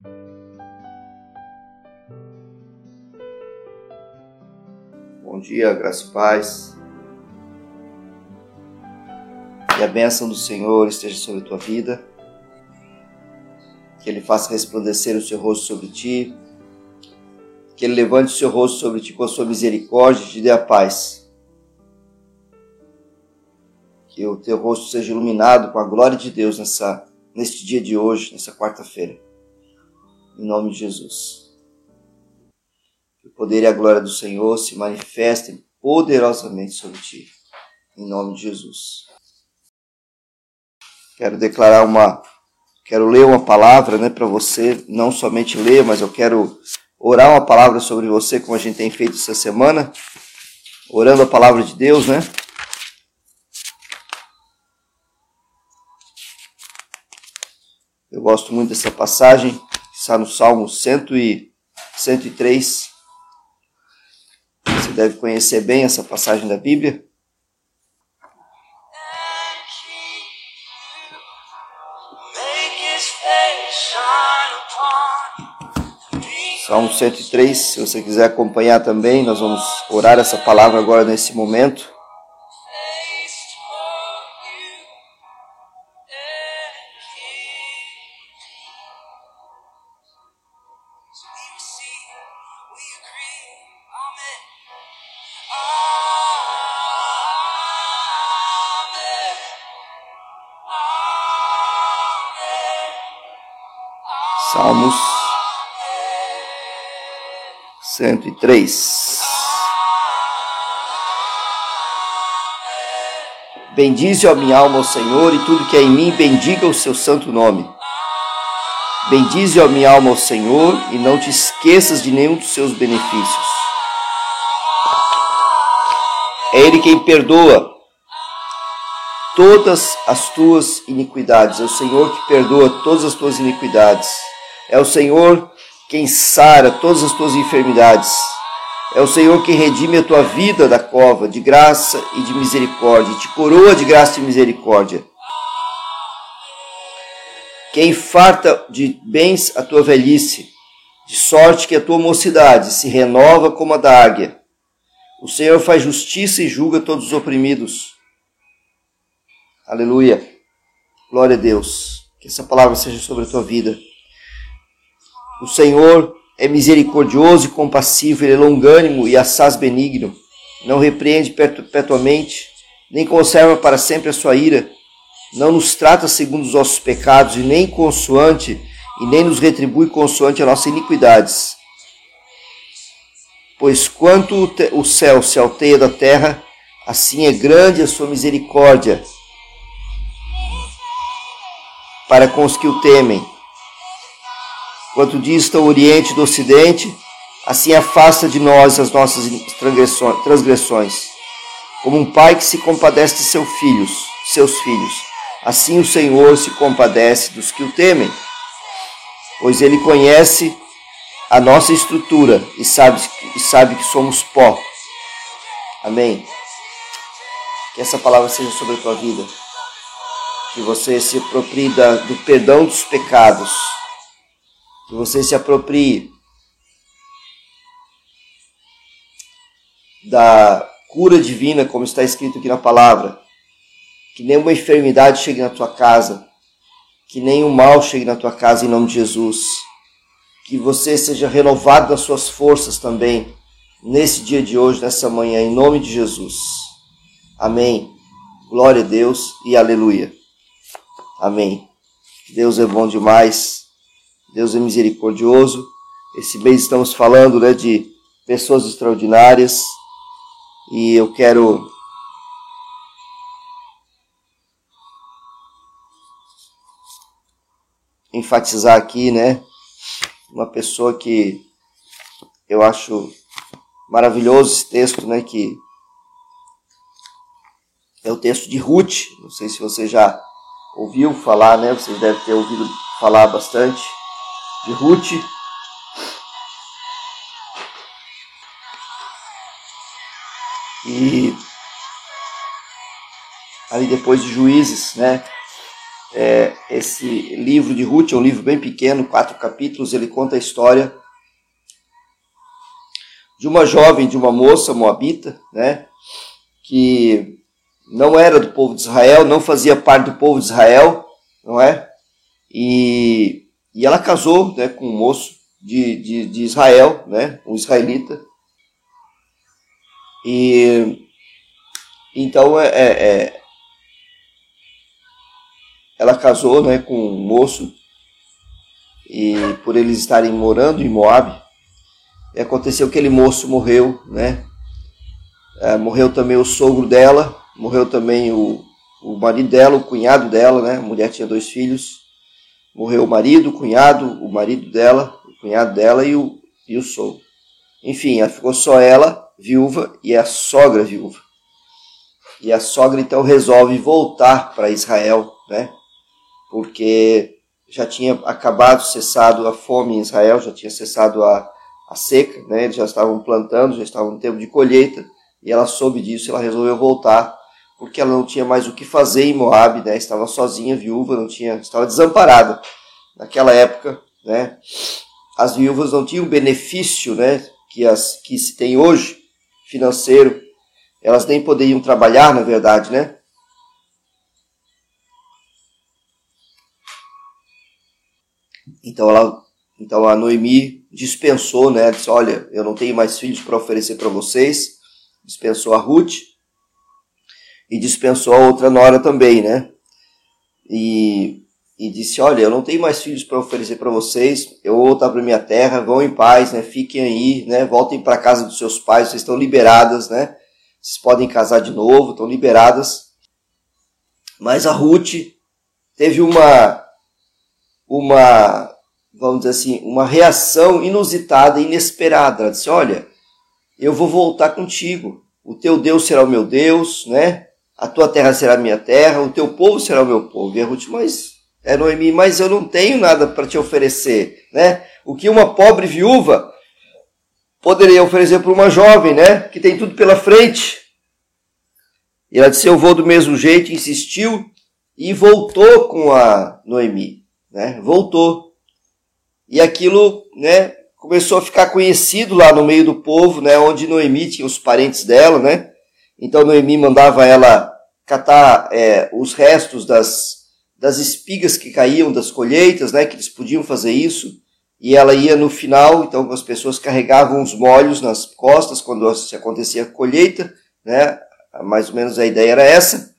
Bom dia, graça e paz. Que a bênção do Senhor esteja sobre a tua vida. Que Ele faça resplandecer o seu rosto sobre ti. Que Ele levante o seu rosto sobre ti com a sua misericórdia e te dê a paz. Que o teu rosto seja iluminado com a glória de Deus neste dia de hoje, nessa quarta-feira. Em nome de Jesus. Que o poder e a glória do Senhor se manifestem poderosamente sobre ti. Em nome de Jesus. Quero ler uma palavra, para você, não somente ler, mas eu quero orar uma palavra sobre você, como a gente tem feito essa semana, orando a palavra de Deus, Eu gosto muito dessa passagem, que está no Salmo 103. Você deve conhecer bem essa passagem da Bíblia. Salmo 103, se você quiser acompanhar também, nós vamos orar essa palavra agora nesse momento. Salmos 103. Bendize, ó minha alma, ao Senhor, e tudo que é em mim, bendiga o seu santo nome. Bendize, ó minha alma, ao Senhor, e não te esqueças de nenhum dos seus benefícios. É Ele quem perdoa todas as tuas iniquidades. É o Senhor que perdoa todas as tuas iniquidades. É o Senhor quem sara todas as tuas enfermidades. É o Senhor quem redime a tua vida da cova de graça e de misericórdia, e te coroa de graça e misericórdia. Quem farta de bens a tua velhice, de sorte que a tua mocidade se renova como a da águia. O Senhor faz justiça e julga todos os oprimidos. Aleluia. Glória a Deus. Que essa palavra seja sobre a tua vida. O Senhor é misericordioso e compassivo, Ele é longânimo e assaz benigno. Não repreende perpetuamente, nem conserva para sempre a sua ira. Não nos trata segundo os nossos pecados, e nem nos retribui consoante as nossas iniquidades. Pois quanto o céu se alteia da terra, assim é grande a sua misericórdia para com os que o temem. Quanto dista o Oriente do Ocidente, assim afasta de nós as nossas transgressões. Como um pai que se compadece de seus filhos, assim o Senhor se compadece dos que o temem, pois Ele conhece a nossa estrutura e sabe que somos pó. Amém. Que essa palavra seja sobre a tua vida. Que você se aproprie do perdão dos pecados. Que você se aproprie da cura divina, como está escrito aqui na palavra. Que nenhuma enfermidade chegue na tua casa. Que nenhum mal chegue na tua casa, em nome de Jesus. Que você seja renovado nas suas forças também, nesse dia de hoje, nessa manhã, em nome de Jesus. Amém. Glória a Deus e aleluia. Amém. Deus é bom demais. Deus é misericordioso. Esse mês estamos falando, de pessoas extraordinárias. E eu quero enfatizar aqui, uma pessoa que eu acho maravilhoso esse texto, que é o texto de Ruth. Não sei se você já ouviu falar, Você deve ter ouvido falar bastante de Ruth. E ali depois de Juízes, Esse livro de Ruth é um livro bem pequeno, 4 capítulos. Ele conta a história de uma jovem, de uma moça moabita, né, que não era do povo de Israel, não fazia parte do povo de Israel, não é? E ela casou, né, com um moço de Israel, né, um israelita. E então ela casou, né, com um moço, e por eles estarem morando em Moabe, aconteceu que aquele moço morreu, né? Morreu também o sogro dela, morreu também o marido dela, o cunhado dela, né? A mulher tinha 2 filhos. Morreu o marido, o cunhado, o marido dela, o cunhado dela e o sogro. Enfim, ficou só ela, viúva, e a sogra viúva. E a sogra então resolve voltar para Israel, né? Porque já tinha cessado a fome em Israel, já tinha cessado a seca, né? Eles já estavam plantando, já estavam no tempo de colheita, e ela soube disso, ela resolveu voltar, porque ela não tinha mais o que fazer em Moabe, né? Estava sozinha, viúva, estava desamparada. Naquela época, né? As viúvas não tinham o benefício, né, que se tem hoje, financeiro. Elas nem poderiam trabalhar, na verdade, né? Então a Noemi dispensou, né? Disse, olha, eu não tenho mais filhos para oferecer para vocês. Dispensou a Ruth e dispensou a outra nora também, né? E disse, olha, eu não tenho mais filhos para oferecer para vocês, eu vou voltar para minha terra, vão em paz, né? Fiquem aí, né? Voltem para a casa dos seus pais, vocês estão liberadas, né? Vocês podem casar de novo, estão liberadas. Mas a Ruth teve vamos dizer assim, uma reação inusitada, inesperada. Ela disse, olha, eu vou voltar contigo, o teu Deus será o meu Deus, né? A tua terra será a minha terra, o teu povo será o meu povo. E a Ruth, Noemi, mas eu não tenho nada para te oferecer, né? O que uma pobre viúva poderia oferecer para uma jovem, né? Que tem tudo pela frente. E ela disse, eu vou do mesmo jeito, insistiu e voltou com a Noemi, né? Voltou. E aquilo, né, começou a ficar conhecido lá no meio do povo, né? Onde Noemi tinha os parentes dela, né? Então Noemi mandava ela catar os restos das espigas que caíam das colheitas, né, que eles podiam fazer isso, e ela ia no final, então as pessoas carregavam os molhos nas costas quando se acontecia a colheita, né, mais ou menos a ideia era essa,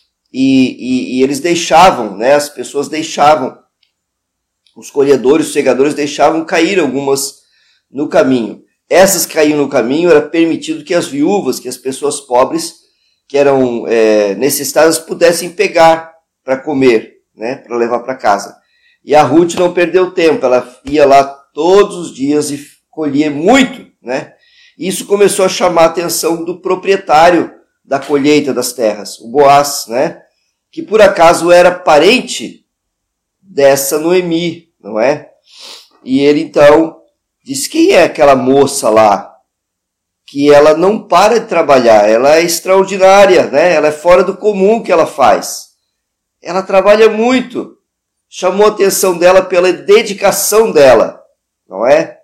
e eles deixavam, né, as pessoas deixavam, os colhedores, os segadores deixavam cair algumas no caminho. Essas que caíam no caminho, era permitido que as viúvas, que as pessoas pobres, que eram necessitadas, pudessem pegar para comer, né, para levar para casa. E a Ruth não perdeu tempo, ela ia lá todos os dias e colhia muito, né? Isso começou a chamar a atenção do proprietário da colheita das terras, o Boaz, né? Que por acaso era parente dessa Noemi, não é? E ele então disse, quem é aquela moça lá? Que ela não para de trabalhar, ela é extraordinária, né? Ela é fora do comum que ela faz. Ela trabalha muito, chamou a atenção dela pela dedicação dela, não é?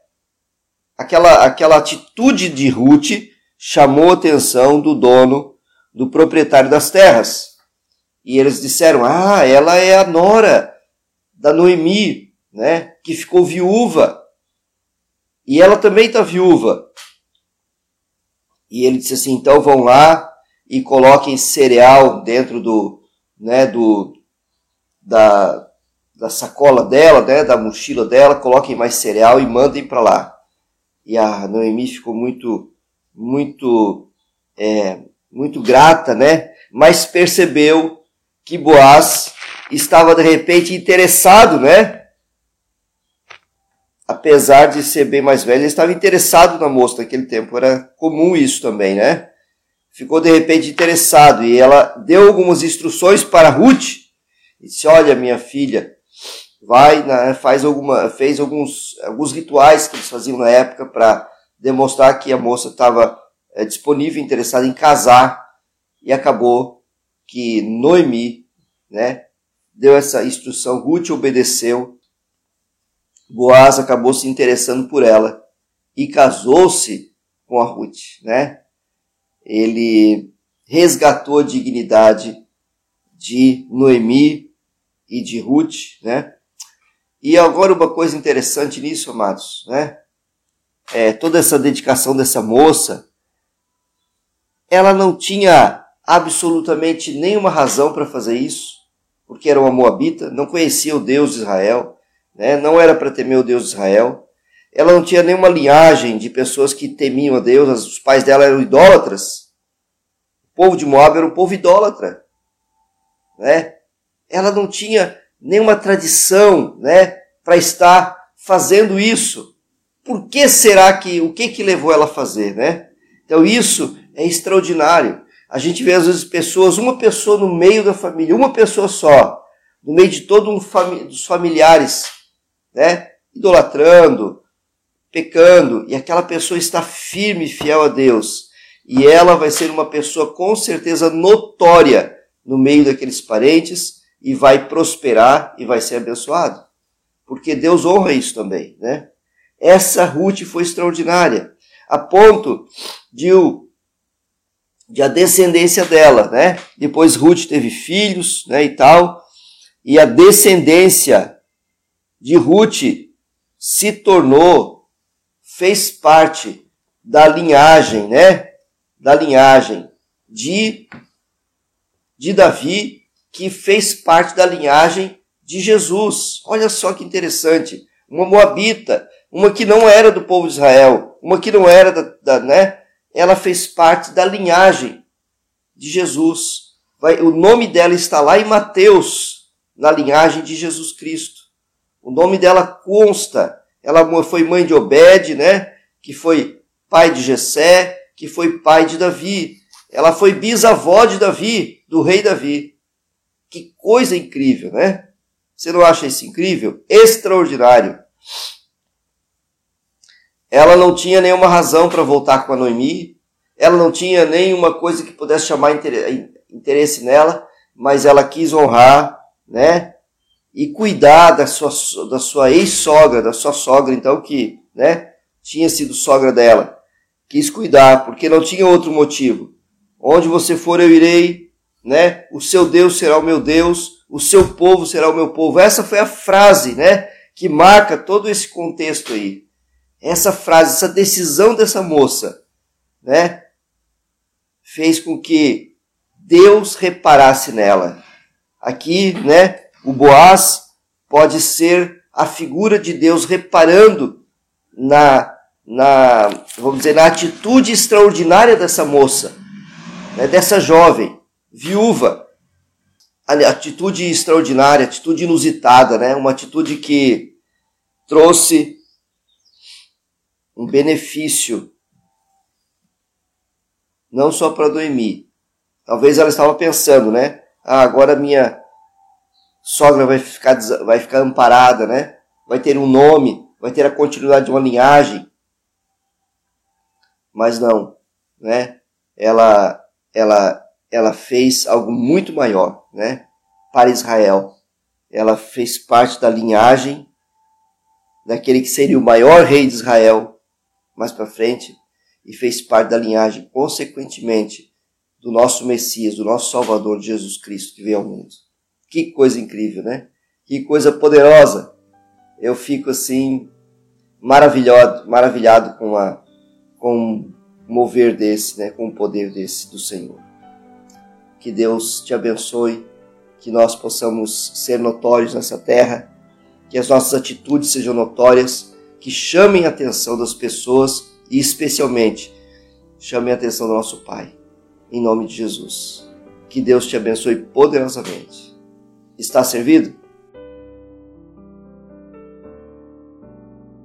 Aquela atitude de Ruth chamou a atenção do dono, do proprietário das terras. E eles disseram, ela é a nora da Noemi, né? Que ficou viúva. E ela também está viúva. E ele disse assim, então vão lá e coloquem cereal dentro da sacola dela, né, da mochila dela, coloquem mais cereal e mandem para lá. E a Noemi ficou muito grata, né, mas percebeu que Boaz estava de repente interessado, né, apesar de ser bem mais velho, ele estava interessado na moça naquele tempo, era comum isso também, né, ficou de repente interessado e ela deu algumas instruções para Ruth. E disse, olha, minha filha, vai, fez alguns rituais que eles faziam na época para demonstrar que a moça estava disponível, interessada em casar. E acabou que Noemi, né, deu essa instrução, Ruth obedeceu, Boaz acabou se interessando por ela e casou-se com a Ruth, né? Ele resgatou a dignidade de Noemi e de Ruth, né? E agora uma coisa interessante nisso, amados, né? Toda essa dedicação dessa moça, ela não tinha absolutamente nenhuma razão para fazer isso, porque era uma moabita, não conhecia o Deus de Israel, né? Não era para temer o Deus de Israel. Ela não tinha nenhuma linhagem de pessoas que temiam a Deus, os pais dela eram idólatras. O povo de Moab era um povo idólatra, né? Ela não tinha nenhuma tradição, né, para estar fazendo isso. Por que será que, o que levou ela a fazer, né? Então isso é extraordinário. A gente vê às vezes pessoas, uma pessoa no meio da família, uma pessoa só, no meio de todos os familiares, né, idolatrando, pecando, e aquela pessoa está firme e fiel a Deus. E ela vai ser uma pessoa com certeza notória no meio daqueles parentes e vai prosperar e vai ser abençoado. Porque Deus honra isso também, né? Essa Ruth foi extraordinária, a ponto de a descendência dela, né? Depois Ruth teve filhos, né, e tal, e a descendência de Ruth se tornou, fez parte da linhagem, né? Da linhagem de Davi, que fez parte da linhagem de Jesus. Olha só que interessante. Uma moabita, uma que não era do povo de Israel, uma que não era né? Ela fez parte da linhagem de Jesus. O nome dela está lá em Mateus, na linhagem de Jesus Cristo. O nome dela consta. Ela foi mãe de Obed, né? Que foi pai de Jessé, que foi pai de Davi. Ela foi bisavó de Davi, do rei Davi. Que coisa incrível, né? Você não acha isso incrível? Extraordinário. Ela não tinha nenhuma razão para voltar com a Noemi. Ela não tinha nenhuma coisa que pudesse chamar interesse nela, mas ela quis honrar, né? E cuidar da sua ex-sogra, da sua sogra, então, que, né, tinha sido sogra dela. Quis cuidar, porque não tinha outro motivo. Onde você for, eu irei, né? O seu Deus será o meu Deus, o seu povo será o meu povo. Essa foi a frase, né, que marca todo esse contexto aí. Essa frase, essa decisão dessa moça, né, fez com que Deus reparasse nela. Aqui, né, o Boaz pode ser a figura de Deus reparando vamos dizer, na atitude extraordinária dessa moça, né, dessa jovem, viúva. A atitude extraordinária, atitude inusitada, né, uma atitude que trouxe um benefício não só para Noemi. Talvez ela estava pensando, né? Agora minha sogra vai ficar amparada, né? Vai ter um nome, vai ter a continuidade de uma linhagem. Mas não, né? Ela fez algo muito maior, né? Para Israel. Ela fez parte da linhagem daquele que seria o maior rei de Israel mais para frente, e fez parte da linhagem, consequentemente, do nosso Messias, do nosso Salvador, Jesus Cristo, que veio ao mundo. Que coisa incrível, né? Que coisa poderosa. Eu fico assim, maravilhado com um mover desse, né? Com o poder desse do Senhor. Que Deus te abençoe, que nós possamos ser notórios nessa terra, que as nossas atitudes sejam notórias, que chamem a atenção das pessoas e, especialmente, chamem a atenção do nosso Pai. Em nome de Jesus. Que Deus te abençoe poderosamente. Está servido?